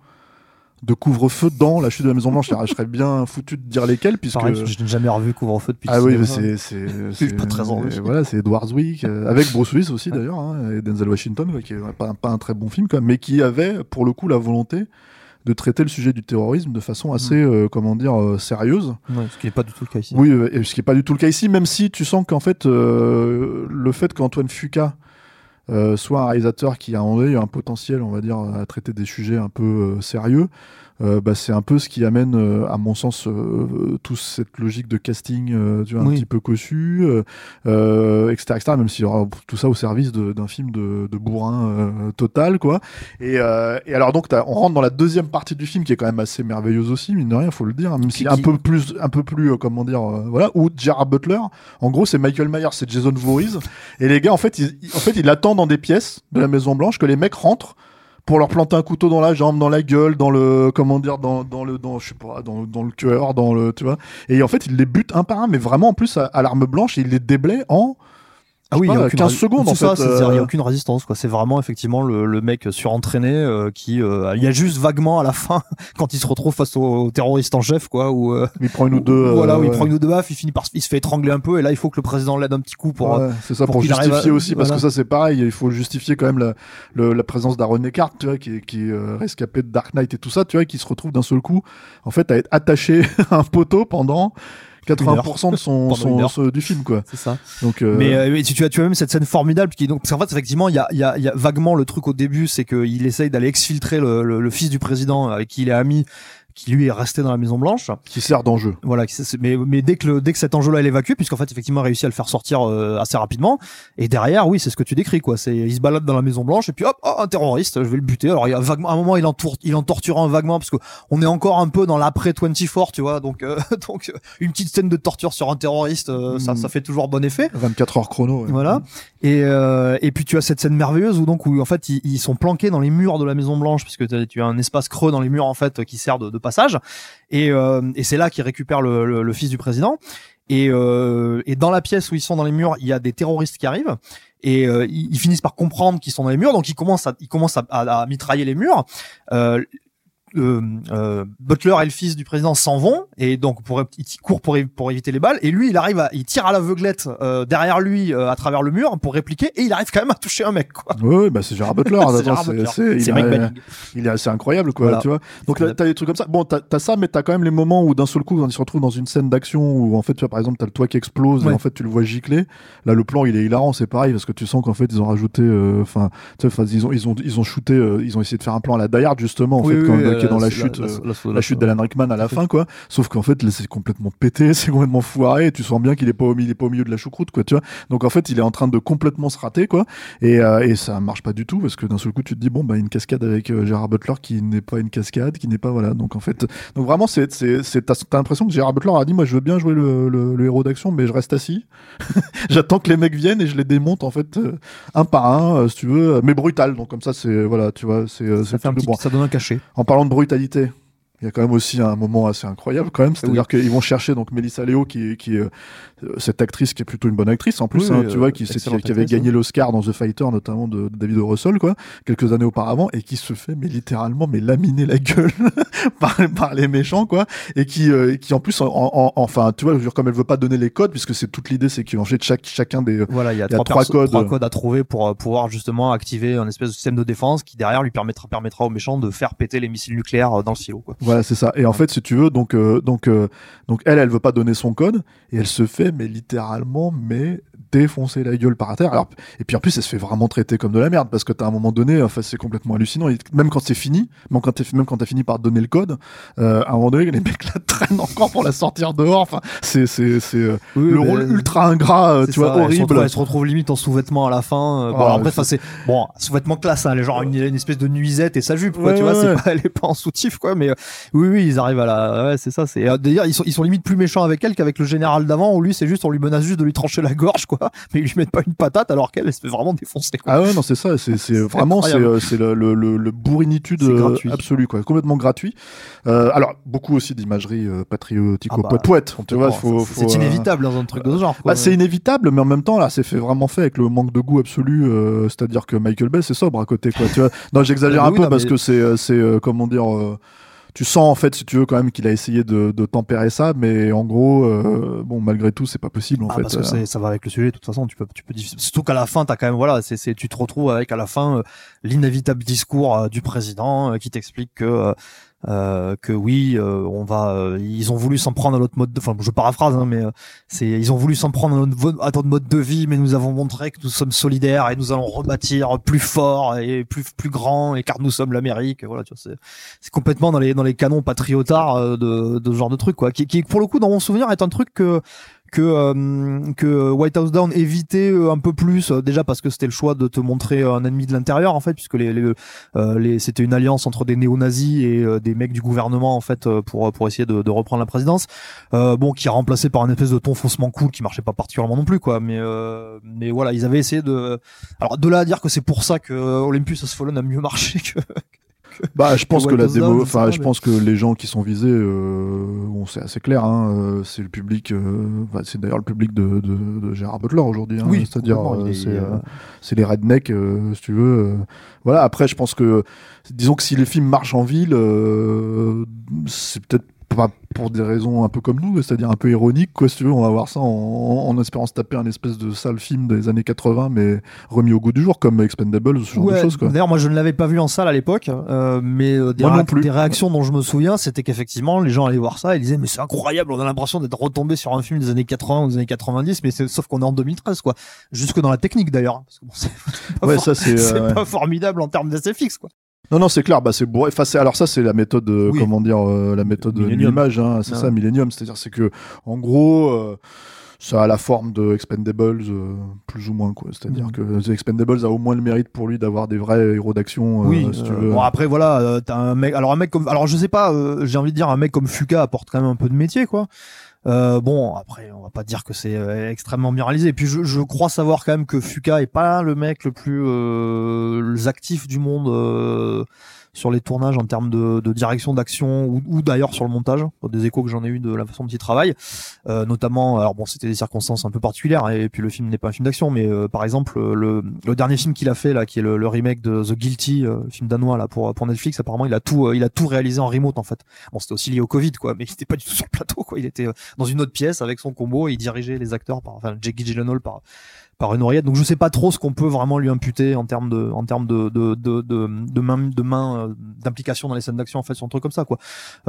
de Couvre-feu dans la chute de la Maison Blanche. Je serais bien foutu de dire lesquels, puisque pareil, je n'ai jamais revu Couvre-feu depuis. Ah oui, mais c'est c'est c'est, c'est pas très en voilà, c'est Edward Zwick euh, avec Bruce Willis aussi d'ailleurs, hein, et Denzel Washington, ouais, qui est pas pas un très bon film quand même, mais qui avait pour le coup la volonté de traiter le sujet du terrorisme de façon assez, mmh. euh, comment dire, euh, sérieuse. Ouais, ce qui n'est pas du tout le cas ici. Oui, euh, et ce qui n'est pas du tout le cas ici, même si tu sens qu'en fait, euh, le fait qu'Antoine Fuqua euh, soit un réalisateur qui a eu un potentiel, on va dire, à traiter des sujets un peu euh, sérieux, Euh, bah, c'est un peu ce qui amène, euh, à mon sens, euh, toute cette logique de casting, euh, tu vois, un oui. petit peu cossu, euh, euh, et cetera, et cetera. Même si alors, tout ça au service de, d'un film de, de bourrin euh, total, quoi. Et, euh, et alors donc, on rentre dans la deuxième partie du film qui est quand même assez merveilleuse aussi, mine de rien, faut le dire, même si un peu plus, un peu plus, euh, comment dire, euh, voilà. Où Gerard Butler, en gros, c'est Michael Myers, c'est Jason Voorhees, et les gars, en fait, ils, en fait, il attend dans des pièces de la Maison Blanche que les mecs rentrent pour leur planter un couteau dans la jambe, dans la gueule, dans le, comment dire, dans, dans le, dans, je sais pas, dans, dans le cœur, dans le, tu vois. Et en fait, il les bute un par un, mais vraiment, en plus, à, à l'arme blanche, et il les déblaye en, ah oui, pas, il y a quinze secondes, en ça, fait. Il euh... n'y a aucune résistance, quoi. C'est vraiment, effectivement, le, le mec surentraîné, euh, qui, euh, il y a juste vaguement à la fin, quand il se retrouve face au, au terroriste en chef, quoi, où, euh, il prend une ou deux, où, voilà, euh, où ouais. il prend une ou deux baffes, il finit par, il se fait étrangler un peu, et là, il faut que le président l'aide un petit coup pour, ouais, c'est ça, pour, pour justifier à... aussi, parce voilà. que ça, c'est pareil, il faut justifier quand même la, le, la présence d'Aaron Eckhart, tu vois, qui est, qui est euh, rescapé de Dark Knight et tout ça, tu vois, qui se retrouve d'un seul coup, en fait, à être attaché à un poteau pendant quatre-vingts pour cent de son, son, son du film, quoi. C'est ça. Donc euh... mais euh, tu as tu as même cette scène formidable qui donc parce qu'en fait effectivement il y a il y a il y a vaguement le truc au début, c'est que il essaye d'aller exfiltrer le, le, le fils du président avec qui il est ami, qui lui est resté dans la Maison Blanche, qui sert d'enjeu. Voilà, mais mais dès que le, dès que cet enjeu-là est évacué, puisqu'en fait effectivement il a réussi à le faire sortir euh, assez rapidement, et derrière oui c'est ce que tu décris, quoi, c'est il se balade dans la Maison Blanche et puis hop oh, un terroriste, je vais le buter. Alors il y a vaguement à un moment il en tour, il en torture un vaguement parce que on est encore un peu dans l'après vingt-quatre, tu vois, donc euh, donc une petite scène de torture sur un terroriste, euh, mmh. ça ça fait toujours bon effet. vingt-quatre heures chrono. Ouais. Voilà. Mmh. Et euh, et puis tu as cette scène merveilleuse où donc où en fait ils, ils sont planqués dans les murs de la Maison Blanche, puisque tu as un espace creux dans les murs en fait qui sert de, de passage. Et, euh, et c'est là qu'ils récupèrent le, le, le fils du président. Et, euh, et dans la pièce où ils sont dans les murs, il y a des terroristes qui arrivent. Et euh, ils, ils finissent par comprendre qu'ils sont dans les murs, donc ils commencent à, ils commencent à, à, à mitrailler les murs. Euh, euh, euh, Butler et le fils du président s'en vont et donc pour il court pour pour éviter les balles et lui il arrive à il tire à l'aveuglette euh, derrière lui euh, à travers le mur pour répliquer et il arrive quand même à toucher un mec quoi. Oui, bah c'est Gerard Butler. c'est Gerard Butler. C'est, c'est il, Mike est, Banning. Il est assez incroyable quoi, voilà. tu vois. Donc là, t'as des trucs comme ça. Bon, t'as, t'as ça, mais t'as quand même les moments où d'un seul coup on se retrouve dans une scène d'action où en fait tu vois par exemple t'as le toit qui explose ouais. et en fait tu le vois gicler. Là le plan il est hilarant, c'est pareil parce que tu sens qu'en fait ils ont rajouté, enfin euh, tu sais, ils ont ils ont ils ont shooté, euh, ils ont essayé de faire un plan à la Die Hard justement en oui, fait oui, quand, oui, qui est dans la, la chute, la, la, la, la, la chute d'Alan Rickman à la fin quoi. Sauf qu'en fait là, c'est complètement pété, c'est complètement foiré. Et tu sens bien qu'il est pas au, il est pas au milieu de la choucroute quoi, tu vois. Donc en fait il est en train de complètement se rater quoi. Et, euh, et ça marche pas du tout parce que d'un seul coup tu te dis bon bah une cascade avec euh, Gerard Butler qui n'est pas une cascade, qui n'est pas voilà. Donc en fait, donc vraiment c'est c'est, c'est t'as, t'as l'impression que Gerard Butler a dit moi je veux bien jouer le, le, le héros d'action mais je reste assis. J'attends que les mecs viennent et je les démonte en fait euh, un par un euh, si tu veux, mais brutal. Donc comme ça c'est voilà tu vois c'est ça c'est fait un petit, bon. ça donne un cachet. En parlant de brutalité. Il y a quand même aussi un moment assez incroyable quand même, c'est-à-dire oui. qu'ils vont chercher donc Melissa Leo qui, qui euh, cette actrice qui est plutôt une bonne actrice en plus, oui, hein, euh, tu vois, qui, qui, qui avait actrice, gagné hein. l'Oscar dans The Fighter notamment de, de David O. Russell quoi, quelques années auparavant et qui se fait mais littéralement mais laminer la gueule par, par les méchants quoi, et qui, euh, qui en plus en, en, enfin tu vois, je veux dire, comme elle veut pas donner les codes puisque c'est toute l'idée c'est qu'en fait chaque chacun des voilà il y a, il y a trois, trois perso- codes trois codes à trouver pour euh, pouvoir justement activer un espèce de système de défense qui derrière lui permettra permettra aux méchants de faire péter les missiles nucléaires dans le silo quoi. Voilà c'est ça et en fait si tu veux donc euh, donc euh, donc elle elle veut pas donner son code et elle se fait mais littéralement mais défoncer la gueule par terre. Alors et puis en plus elle se fait vraiment traiter comme de la merde parce que t'as un moment donné enfin c'est complètement hallucinant et même quand c'est fini même quand t'es même quand t'as fini par donner le code euh, à un moment donné les mecs la traînent encore pour la sortir dehors enfin c'est c'est c'est euh, oui, le rôle ultra ingrat euh, tu ça, vois horrible. Elle se, retrouve, elle se retrouve limite en sous-vêtements à la fin euh, bon, oh, alors, après enfin c'est bon sous-vêtements classe hein, les genre une, une espèce de nuisette et sa jupe quoi ouais, tu ouais, vois ouais. C'est pas, elle est pas en soutif quoi mais euh, oui oui ils arrivent à la ouais c'est ça c'est euh, d'ailleurs ils sont ils sont limite plus méchants avec elle qu'avec le général d'avant où lui c'est juste on lui menace juste de lui trancher la gorge quoi mais ils lui mettent pas une patate alors qu'elle elle se fait vraiment défoncer quoi. Ah ouais non c'est ça c'est c'est, c'est vraiment c'est euh, c'est le le, le, le bourrinitude euh, absolue quoi complètement gratuit euh, alors beaucoup aussi d'imagerie euh, patriotique ah bah, poète tu vois faut, c'est, faut c'est inévitable dans un truc de ce genre quoi. Bah, c'est inévitable mais en même temps là c'est fait vraiment fait avec le manque de goût absolu euh, c'est-à-dire que Michael Bay c'est sobre à côté quoi tu vois non j'exagère un peu non, parce mais... que c'est c'est euh, comment dire euh, tu sens en fait si tu veux quand même qu'il a essayé de, de tempérer ça mais en gros euh, bon malgré tout c'est pas possible en ah, fait parce que c'est, ça va avec le sujet de toute façon tu peux tu peux surtout qu'à la fin t'as quand même voilà c'est, c'est tu te retrouves avec à la fin euh, l'inévitable discours euh, du président euh, qui t'explique que euh, Euh, que oui, euh, on va, euh, ils ont voulu s'en prendre à notre mode de, enfin, je paraphrase, hein, mais euh, c'est, ils ont voulu s'en prendre à notre, à notre mode de vie, mais nous avons montré que nous sommes solidaires et nous allons rebâtir plus fort et plus plus grand et car nous sommes l'Amérique. Voilà, tu vois, c'est, c'est complètement dans les dans les canons patriotards euh, de de ce genre de truc quoi, qui qui pour le coup dans mon souvenir est un truc que que euh, que White House Down évitait un peu plus euh, déjà parce que c'était le choix de te montrer un ennemi de l'intérieur en fait puisque les les, euh, les c'était une alliance entre des néo-nazis et euh, des mecs du gouvernement en fait euh, pour pour essayer de, de reprendre la présidence euh, bon qui est remplacé par une espèce de ton faussement cool qui marchait pas particulièrement non plus quoi mais euh, mais voilà ils avaient essayé de alors de là à dire que c'est pour ça que Olympus Has Fallen a mieux marché que bah je pense que, que la démo enfin je mais... pense que les gens qui sont visés euh, bon c'est assez clair hein, euh, c'est le public euh, bah, c'est d'ailleurs le public de, de, de Gerard Butler aujourd'hui hein, oui, c'est-à-dire euh, est, c'est, euh... euh, c'est les rednecks euh, si tu veux euh, voilà après je pense que disons que si les films marchent en ville euh, c'est peut-être pas pour des raisons un peu comme nous, c'est-à-dire un peu ironiques, quoi, si tu veux, on va voir ça en, en espérant se taper un espèce de sale film des années quatre-vingts, mais remis au goût du jour, comme Expendables ou ce genre ouais, de choses, quoi. D'ailleurs, moi, je ne l'avais pas vu en salle à l'époque, euh, mais euh, des, réa- des réactions dont je me souviens, c'était qu'effectivement, les gens allaient voir ça et disaient, mais c'est incroyable, on a l'impression d'être retombé sur un film des années quatre-vingts ou des années quatre-vingt-dix, mais c'est, sauf qu'on est en deux mille treize, quoi. Jusque dans la technique, d'ailleurs. Parce que bon, c'est pas, ouais, for- ça, c'est, c'est euh, pas ouais. formidable en termes d'S F X, quoi. Non, non, c'est clair, bah, c'est bourré. Enfin, c'est, alors ça, c'est la méthode, euh, oui. comment dire, euh, la méthode de l'image, hein, c'est ah. ça, Millennium. C'est-à-dire, c'est que, en gros, euh, ça a la forme de Expendables, euh, plus ou moins, quoi. C'est-à-dire mmh. que The Expendables a au moins le mérite pour lui d'avoir des vrais héros d'action, euh, oui, si euh, tu veux. Bon, après, voilà, euh, t'as un mec, alors un mec comme, alors je sais pas, euh, j'ai envie de dire, un mec comme Fuka apporte quand même un peu de métier, quoi. Euh, bon, après, on va pas dire que c'est euh, extrêmement bien réalisé. Et puis, je, je crois savoir quand même que Fuqua est pas le mec le plus euh, actif du monde euh, sur les tournages en termes de, de direction d'action ou, ou d'ailleurs sur le montage. Des échos que j'en ai eu de la façon dont il travaille, euh, notamment. Alors bon, c'était des circonstances un peu particulières et puis le film n'est pas un film d'action, mais euh, par exemple le, le dernier film qu'il a fait là, qui est le, le remake de The Guilty, euh, film danois là pour pour Netflix. Apparemment, il a tout euh, il a tout réalisé en remote en fait. Bon, c'était aussi lié au Covid quoi, mais il était pas du tout sur le plateau quoi. Il était euh, dans une autre pièce avec son combo et il dirigeait les acteurs par enfin Jake Gyllenhaal par par une oreillette. Donc je sais pas trop ce qu'on peut vraiment lui imputer en termes de en termes de de de de, de main de main euh, d'implication dans les scènes d'action en fait sur un truc comme ça quoi.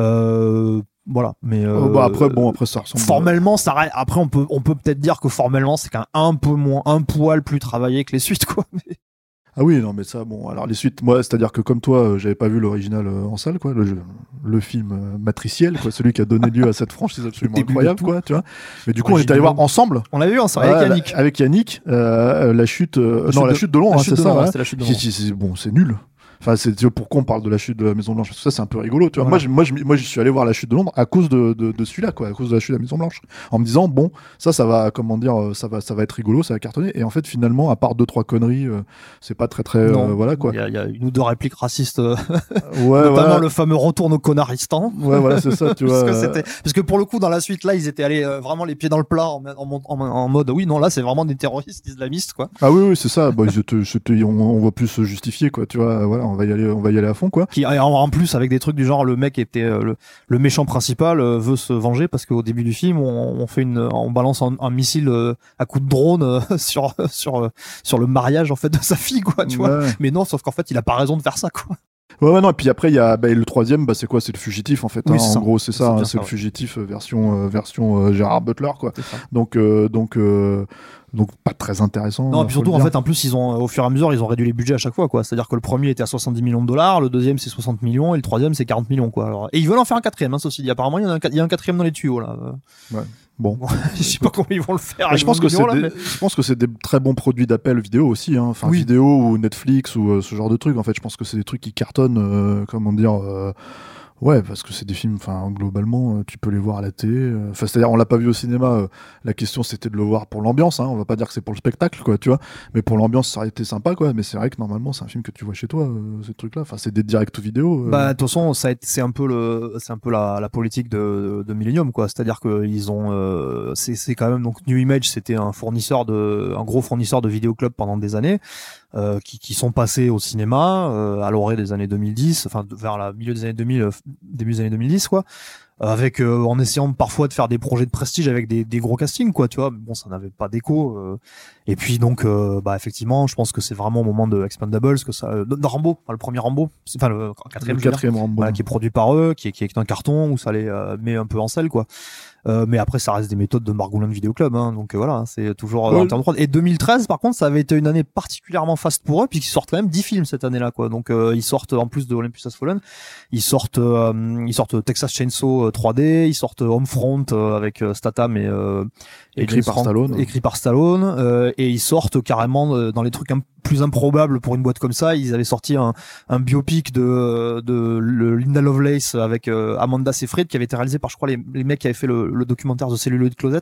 Euh, voilà, mais euh, oh bah après bon après ça ressemble formellement ça après on peut on peut peut-être dire que formellement c'est quand même un peu moins un poil plus travaillé que les suites quoi. Mais... Ah oui, non, mais ça, bon, alors les suites, moi, c'est-à-dire que comme toi, euh, j'avais pas vu l'original euh, en salle, quoi, le, jeu, le film euh, matriciel, quoi, celui qui a donné lieu à cette franchise absolument incroyable, quoi, tu vois. Mais du coup, on est allé voir ensemble. On l'a vu ensemble avec Yannick. La, avec Yannick, euh, la chute, euh, la non, chute la de, chute de Long, hein, c'est ça. Ouais, hein. la chute de si, si, si, bon, c'est nul. Enfin, c'est pourquoi on parle de la chute de la Maison Blanche. Ça, c'est un peu rigolo, tu vois. Voilà. Moi, je, moi, je, moi, je suis allé voir la chute de Londres à cause de, de, de celui-là, quoi, à cause de la chute de la Maison Blanche, en me disant bon, ça, ça va, comment dire, ça va, ça va être rigolo, ça va cartonner. Et en fait, finalement, à part deux trois conneries, euh, c'est pas très très, euh, voilà quoi. Il y a, y a une ou deux répliques racistes, euh, ouais, notamment voilà. le fameux retour au Conaristan. Ouais, voilà, c'est ça, tu vois. Parce que c'était, parce que pour le coup, dans la suite, là, ils étaient allés euh, vraiment les pieds dans le plat en, en, en, en mode, oui, non, là, c'est vraiment des terroristes islamistes, quoi. Ah oui, oui, c'est ça. Bah, je te, je te, on, on va plus se justifier, quoi. Tu vois, voilà, on va y aller, on va y aller à fond, quoi. Qui, en plus, avec des trucs du genre, le mec était euh, le, le méchant principal euh, veut se venger parce qu'au début du film, on, on fait une, on balance un, un missile euh, à coup de drone euh, sur sur euh, sur le mariage en fait de sa fille, quoi. Tu ouais. vois. Mais non, sauf qu'en fait, il a pas raison de faire ça, quoi. Ouais, ouais, non, et puis après, il y a bah, le troisième, bah, c'est quoi? C'est le fugitif, en fait. Oui, hein, c'est en ça. gros, c'est ça, hein, c'est ça, le ouais. fugitif euh, version, euh, version euh, Gérard Butler, quoi. Donc, euh, donc, euh, donc, pas très intéressant. Non, et puis surtout, en fait, en plus, ils ont, au fur et à mesure, ils ont réduit les budgets à chaque fois, quoi. C'est-à-dire que le premier était à soixante-dix millions de dollars, le deuxième c'est soixante millions, et le troisième c'est quarante millions, quoi. Alors, et ils veulent en faire un quatrième, hein, ceci dit. Apparemment, il y, a un, il y a un quatrième dans les tuyaux, là. Ouais. Bon. Je sais pas comment ils vont le faire. Mais je, pense que millions, c'est là, des, mais... je pense que c'est des très bons produits d'appel vidéo aussi, hein. Enfin, oui. vidéo ou Netflix ou euh, ce genre de trucs. En fait, je pense que c'est des trucs qui cartonnent, euh, comment dire. Euh, Ouais, parce que c'est des films, enfin, globalement, euh, tu peux les voir à la télé. Enfin, euh, c'est-à-dire, on l'a pas vu au cinéma. Euh, la question, c'était de le voir pour l'ambiance. Hein, on va pas dire que c'est pour le spectacle, quoi, tu vois. Mais pour l'ambiance, ça aurait été sympa, quoi. Mais c'est vrai que normalement, c'est un film que tu vois chez toi, euh, ces trucs-là. Enfin, c'est des direct vidéo. Euh... Bah, de toute façon, ça a été, c'est un peu le, c'est un peu la, la politique de, de Millennium, quoi. C'est-à-dire que ils ont, euh, c'est, c'est quand même donc New Image, c'était un fournisseur de, un gros fournisseur de vidéoclubs pendant des années. Euh, qui, qui sont passés au cinéma euh, à l'orée des années deux mille dix, enfin vers la milieu des années deux mille, euh, début des années deux mille dix, quoi. Avec euh, en essayant parfois de faire des projets de prestige avec des, des gros castings, quoi, tu vois. Bon, ça n'avait pas d'écho. Euh. Et puis donc, euh, bah effectivement, je pense que c'est vraiment au moment de Expendables que ça, euh, de, de Rambo, enfin, le premier Rambo, enfin le quatrième, le quatrième Rambo, voilà, qui est produit par eux, qui est qui est un carton où ça les euh, met un peu en selle, quoi. Euh, mais après, ça reste des méthodes de Margoulan de Vidéoclub, hein, donc euh, voilà, c'est toujours euh, ouais. en termes de prod. Et deux mille treize, par contre, ça avait été une année particulièrement faste pour eux, puisqu'ils sortent quand même dix films cette année-là, quoi. Donc euh, ils sortent en plus de Olympus Has Fallen, ils sortent, euh, ils sortent Texas Chainsaw trois D, ils sortent Homefront euh, avec euh, Statham et, euh, et écrit par Frank, Stallone, écrit par Stallone, euh, et ils sortent carrément euh, dans les trucs un plus improbables pour une boîte comme ça. Ils avaient sorti un, un biopic de, de le Linda Lovelace avec euh, Amanda Seyfried qui avait été réalisé par, je crois, les, les mecs qui avaient fait le, le documentaire The Celluloid Closet.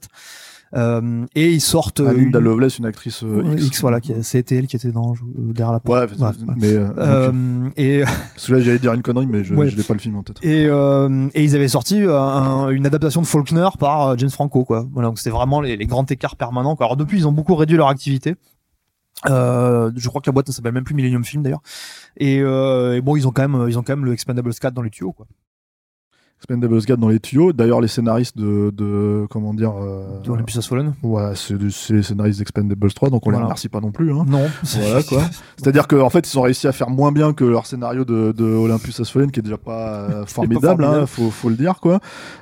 Euh, et ils sortent ah, Linda une... Lovelace, une actrice euh, X. X, voilà, qui, c'était elle qui était dans euh, derrière la porte. Ouais, ouais, mais euh, euh, et parce que là j'allais dire une connerie, mais je, ouais. je n'ai pas le film en tête. Et, euh, et ils avaient sorti un, une adaptation de Faulkner par James Franco, quoi. Voilà, donc c'était vraiment les, les grands écarts permanents, quoi. Alors depuis, ils ont beaucoup réduit leur activité. Euh, je crois que la boîte ne s'appelle même plus Millennium Film d'ailleurs. Et, euh, et bon, ils ont quand même, ils ont quand même le Expendables quatre dans les tuyaux, quoi. Expendables quatre dans les tuyaux. D'ailleurs, les scénaristes de, de comment dire, euh, de Olympus Has Fallen. Ouais, c'est, c'est les scénaristes d'Expendables trois, donc on voilà. les remercie pas non plus. Hein. Non. Voilà quoi. C'est-à-dire qu'en fait, ils ont réussi à faire moins bien que leur scénario de, de Olympus Has Fallen, qui est déjà pas euh, formidable, pas formidable. Hein, faut, faut le dire quoi.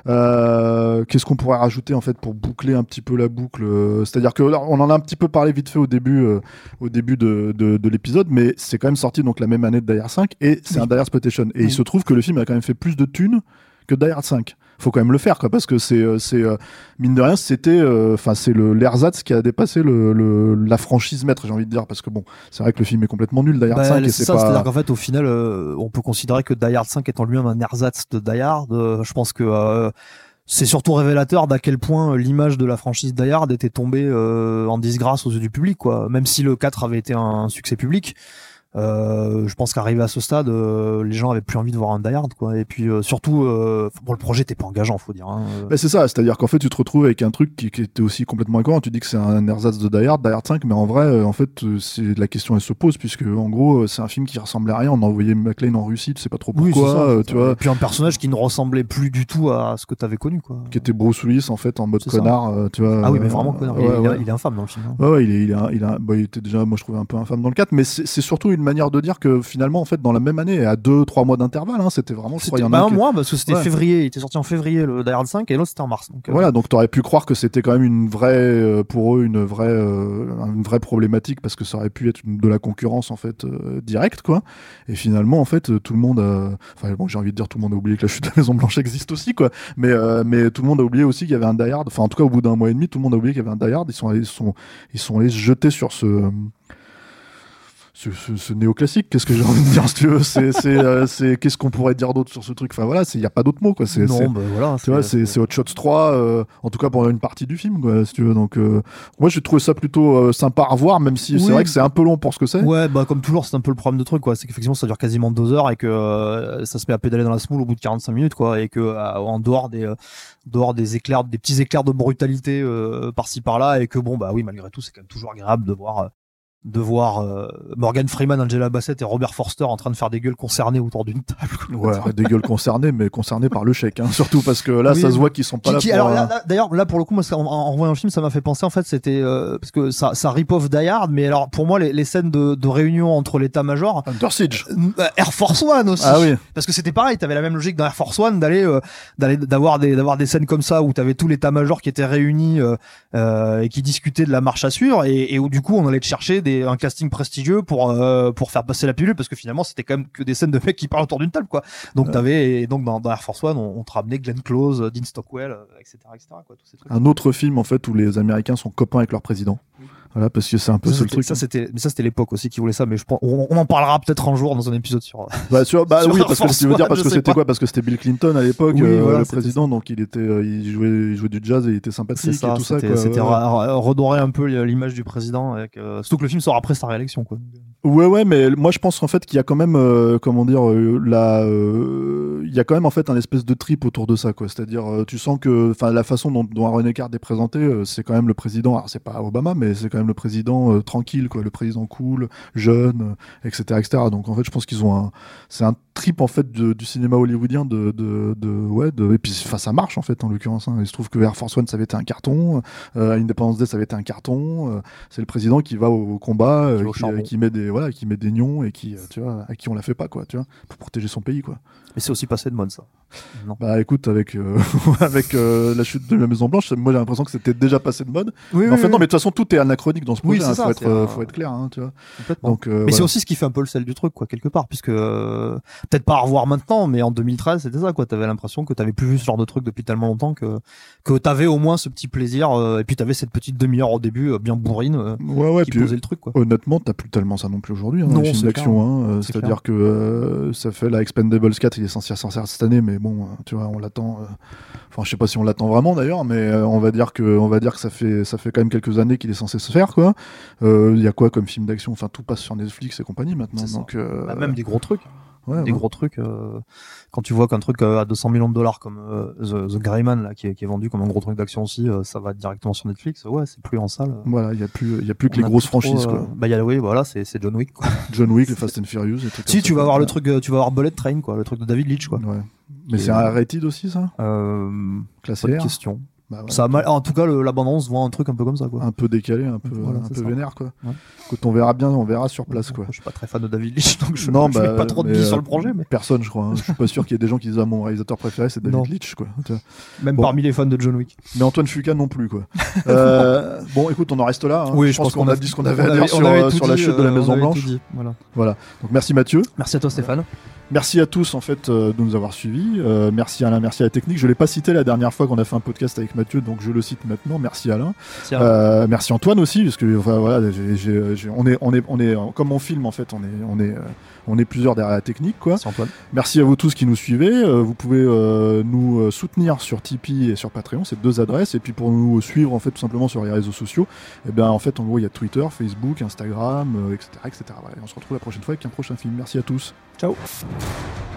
Euh, qu'est-ce qu'on pourrait rajouter en fait pour boucler un petit peu la boucle? C'est-à-dire que on en a un petit peu parlé vite fait au début, euh, au début de, de, de l'épisode, mais c'est quand même sorti donc la même année de Die Hard cinq et c'est oui. un Die Hard Exploitation. Et oui. il se trouve que le film a quand même fait plus de thunes que Die Hard cinq. Faut quand même le faire, quoi, parce que c'est, c'est euh, mine de rien, c'était, enfin, euh, c'est le l'ersatz qui a dépassé le, le la franchise maître, j'ai envie de dire, parce que bon, c'est vrai que le film est complètement nul, Die Hard bah, cinq. C'est, c'est ça, pas... c'est-à-dire qu'en fait, au final, euh, on peut considérer que Die Hard cinq est en lui-même un ersatz de Die Hard. Euh, je pense que euh, c'est surtout révélateur d'à quel point l'image de la franchise Die Hard était tombée euh, en disgrâce aux yeux du public, quoi. Même si le quatre avait été un succès public, euh, je pense qu'arrivé à ce stade, euh, les gens avaient plus envie de voir un Die Hard, quoi. Et puis euh, surtout, euh, bon, le projet était pas engageant, faut dire. Hein. Bah c'est ça, c'est-à-dire qu'en fait, tu te retrouves avec un truc qui, qui était aussi complètement incohérent. Tu dis que c'est un ersatz de Die Hard, Die Hard cinq, mais en vrai, euh, en fait, euh, c'est la question elle se pose puisque en gros, euh, c'est un film qui ressemblait à rien. On a envoyé McClane en Russie, tu sais pas trop pourquoi, oui, ça, euh, tu vois. Et puis un personnage qui ne ressemblait plus du tout à ce que t'avais connu, quoi. Qui était Bruce Willis en fait en mode c'est connard, euh, tu vois. Ah oui, mais vraiment connard. Euh, il, ouais, il, ouais. il est infâme dans le film. Hein. Ouais, ouais, il est, il est, il, est, bah, il était déjà, moi je trouvais un peu infâme dans le quatre, mais c'est, c'est surtout une manière de dire que finalement, en fait, dans la même année, à deux, trois mois d'intervalle, hein, c'était vraiment, je c'était, crois, il y en bah, a un qui... mois, parce que c'était ouais. février, il était sorti en février le Die Hard cinq et l'autre c'était en mars. Donc, euh... Voilà, donc t'aurais pu croire que c'était quand même une vraie, euh, pour eux, une vraie, euh, une vraie problématique parce que ça aurait pu être une, de la concurrence en fait euh, directe, quoi. Et finalement, en fait, tout le monde, a... enfin bon, j'ai envie de dire tout le monde a oublié que la chute de la Maison Blanche existe aussi, quoi. Mais euh, mais tout le monde a oublié aussi qu'il y avait un Die Hard. Enfin, en tout cas, au bout d'un mois et demi, tout le monde a oublié qu'il y avait un Die Hard. Ils sont allés, ils sont, ils sont allés se jeter sur ce Ce, ce, ce néoclassique, qu'est-ce que j'ai envie de dire si tu veux, c'est, c'est, euh, c'est qu'est-ce qu'on pourrait dire d'autre sur ce truc, enfin voilà, il n'y a pas d'autre mot, quoi. C'est, non, c'est, bah voilà, tu vois, c'est, c'est Hot Shots trois, euh, en tout cas pour une partie du film, quoi, si tu veux. Donc euh, moi j'ai trouvé ça plutôt euh, sympa à revoir, même si oui. c'est vrai que c'est un peu long pour ce que c'est. Ouais, bah comme toujours c'est un peu le problème de truc, quoi. C'est qu'effectivement ça dure quasiment deux heures et que euh, ça se met à pédaler dans la semoule au bout de quarante-cinq minutes, quoi, et que euh, en dehors des euh, dehors des éclairs, des petits éclairs de brutalité euh, par-ci par-là, et que bon bah oui, malgré tout c'est quand même toujours agréable de voir. Euh, de voir euh, Morgan Freeman, Angela Bassett et Robert Forster en train de faire des gueules concernées autour d'une table. Ouais, des gueules concernées, mais concernées par le chèque, hein, surtout parce que là, oui, ça se voit qu'ils sont pas qui, là. Qui, pour, alors euh... là, là, d'ailleurs, là pour le coup, moi, en, en revoyant le film, ça m'a fait penser en fait, c'était euh, parce que ça, ça rip off Die Hard, mais alors pour moi, les, les scènes de, de réunion entre l'état-major, Under Siege, euh, Air Force One aussi, ah oui, parce que c'était pareil, t'avais la même logique dans Air Force One d'aller, euh, d'aller, d'avoir des, d'avoir des scènes comme ça où t'avais tout l'état-major qui était réuni euh, euh, et qui discutait de la marche à suivre, et, et où du coup, on allait te chercher des, un casting prestigieux pour euh, pour faire passer la pilule parce que finalement c'était quand même que des scènes de mecs qui parlent autour d'une table, quoi. Donc ouais. t'avais et donc dans, dans Air Force One on, on te ramenait Glenn Close, Dean Stockwell, etc etc quoi, tous ces trucs. Un autre film en fait où les Américains sont copains avec leur président. Oui. Voilà, parce que c'est un peu ça, ce le truc. Ça c'était, mais ça c'était l'époque aussi qui voulait ça, mais je pense, on, on en parlera peut-être un jour dans un épisode sur. Bah, sur, bah sur oui, parce que tu veux dire parce que c'était pas. quoi, parce que c'était Bill Clinton à l'époque, oui, euh, voilà, le président, ça. Donc il était, euh, il jouait, il jouait du jazz et il était sympathique ça, et tout ça. Quoi. C'était ouais. redorer un peu l'image du président, avec, euh, surtout que le film sort après sa réélection, quoi. Ouais, ouais, mais moi je pense en fait qu'il y a quand même, euh, comment dire, euh, la, euh, il y a quand même en fait un espèce de trip autour de ça, quoi. C'est-à-dire, euh, tu sens que, enfin, la façon dont, dont Aaron Eckhart est présenté, euh, c'est quand même le président. Alors c'est pas Obama, mais c'est quand même le président euh, tranquille, quoi, le président cool, jeune, euh, et cetera, et cetera. Donc en fait, je pense qu'ils ont un, c'est un trip en fait de, du cinéma hollywoodien de, de, de, ouais, de, et puis enfin ça marche en fait en l'occurrence. Hein. Il se trouve que Air Force One ça avait été un carton, euh, Independence Day ça avait été un carton. Euh, c'est le président qui va au, au combat, euh, qui, euh, qui met des voilà, qui met des nions et qui, euh, tu vois, à qui on la fait pas, quoi, tu vois, pour protéger son pays, quoi. Mais c'est aussi passé de mode, ça. Non. Bah écoute, avec euh, avec euh, la chute de la Maison Blanche, moi j'ai l'impression que c'était déjà passé de mode. Oui, mais oui, en fait oui. non, mais de toute façon tout est anachronique dans ce projet. Oui, hein, ça, faut, être, euh, un... faut être clair, hein, tu vois. Donc, euh, mais voilà. C'est aussi ce qui fait un peu le sel du truc, quoi, quelque part, puisque euh, peut-être pas à revoir maintenant, mais en deux mille treize c'était ça, quoi. T'avais l'impression que t'avais plus vu ce genre de truc depuis tellement longtemps que que t'avais au moins ce petit plaisir, euh, et puis t'avais cette petite demi-heure au début, euh, bien bourrine, euh, ouais, ouais, qui puis, posait le truc, quoi. Honnêtement, t'as plus tellement ça non plus aujourd'hui, hein, non, les films d'action. Hein, euh, c'est c'est-à-dire que euh, ça fait la Expendables quatre, il est censé sortir cette année, mais bon, euh, tu vois, on l'attend. Euh... Enfin, je sais pas si on l'attend vraiment d'ailleurs, mais euh, on va dire que, on va dire que ça fait, ça fait quand même quelques années qu'il est censé se faire, quoi. Il euh, y a quoi comme film d'action ? Enfin, tout passe sur Netflix et compagnie maintenant. Donc, euh... bah, même des gros trucs. Ouais, des ouais. gros trucs. Euh, quand tu vois qu'un truc euh, à deux cents millions de dollars comme euh, The, The Greyman là, qui est, qui est vendu comme un gros truc d'action aussi, euh, ça va directement sur Netflix. Ouais, c'est plus en salle. Voilà, il y a plus, il y a plus que les grosses franchises, trop, euh, quoi. Bah il y a, oui, voilà, c'est, c'est John Wick, quoi. John Wick, les Fast and Furious, et tout. Si tu vas voir le truc, tu vas voir Bullet Train, quoi, le truc de David Leitch, quoi. Ouais. Mais c'est un rated aussi, ça. Euh, Classé pas de R. question. Bah ouais, ça a mal... En tout cas, le, la bande-annonce voit un truc un peu comme ça, quoi. Un peu décalé, un peu, voilà, un peu ça. vénère, quoi. Ouais. Quand on verra bien, on verra sur place, ouais, quoi. Je suis pas très fan de David Leitch, donc je non, ne bah, fais pas trop de billes euh, sur le projet. Mais... Personne, je crois. Hein. Je suis pas sûr qu'il y ait des gens qui disent ah, mon réalisateur préféré, c'est David non. Leitch, quoi. Même bon. Parmi les fans de John Wick. Mais Antoine Fuqua non plus, quoi. euh, bon, écoute, on en reste là. Hein. Oui, je, je pense, pense qu'on qu'on a a dit ce qu'on avait à avait, dire sur, euh, sur dit, la chute de la Maison euh, Blanche. Voilà. voilà. Donc merci Mathieu. Merci à toi Stéphane. Merci à tous en fait euh, de nous avoir suivis. Euh, merci Alain, merci à la technique. Je l'ai pas cité la dernière fois qu'on a fait un podcast avec Mathieu, donc je le cite maintenant. Merci Alain. Merci, Alain. Euh, merci Antoine aussi, parce que enfin, voilà, j'ai, j'ai, j'ai, on est, on est, on est, comme on filme en fait, on est, on est, euh, on est plusieurs derrière la technique, quoi. C'est Antoine. Merci à vous tous qui nous suivez. Euh, vous pouvez euh, nous soutenir sur Tipeee et sur Patreon, c'est deux adresses. Et puis pour nous suivre en fait tout simplement sur les réseaux sociaux, et bien en fait en gros il y a Twitter, Facebook, Instagram, euh, et cetera, et cetera. Voilà. Et on se retrouve la prochaine fois avec un prochain film. Merci à tous. Ciao.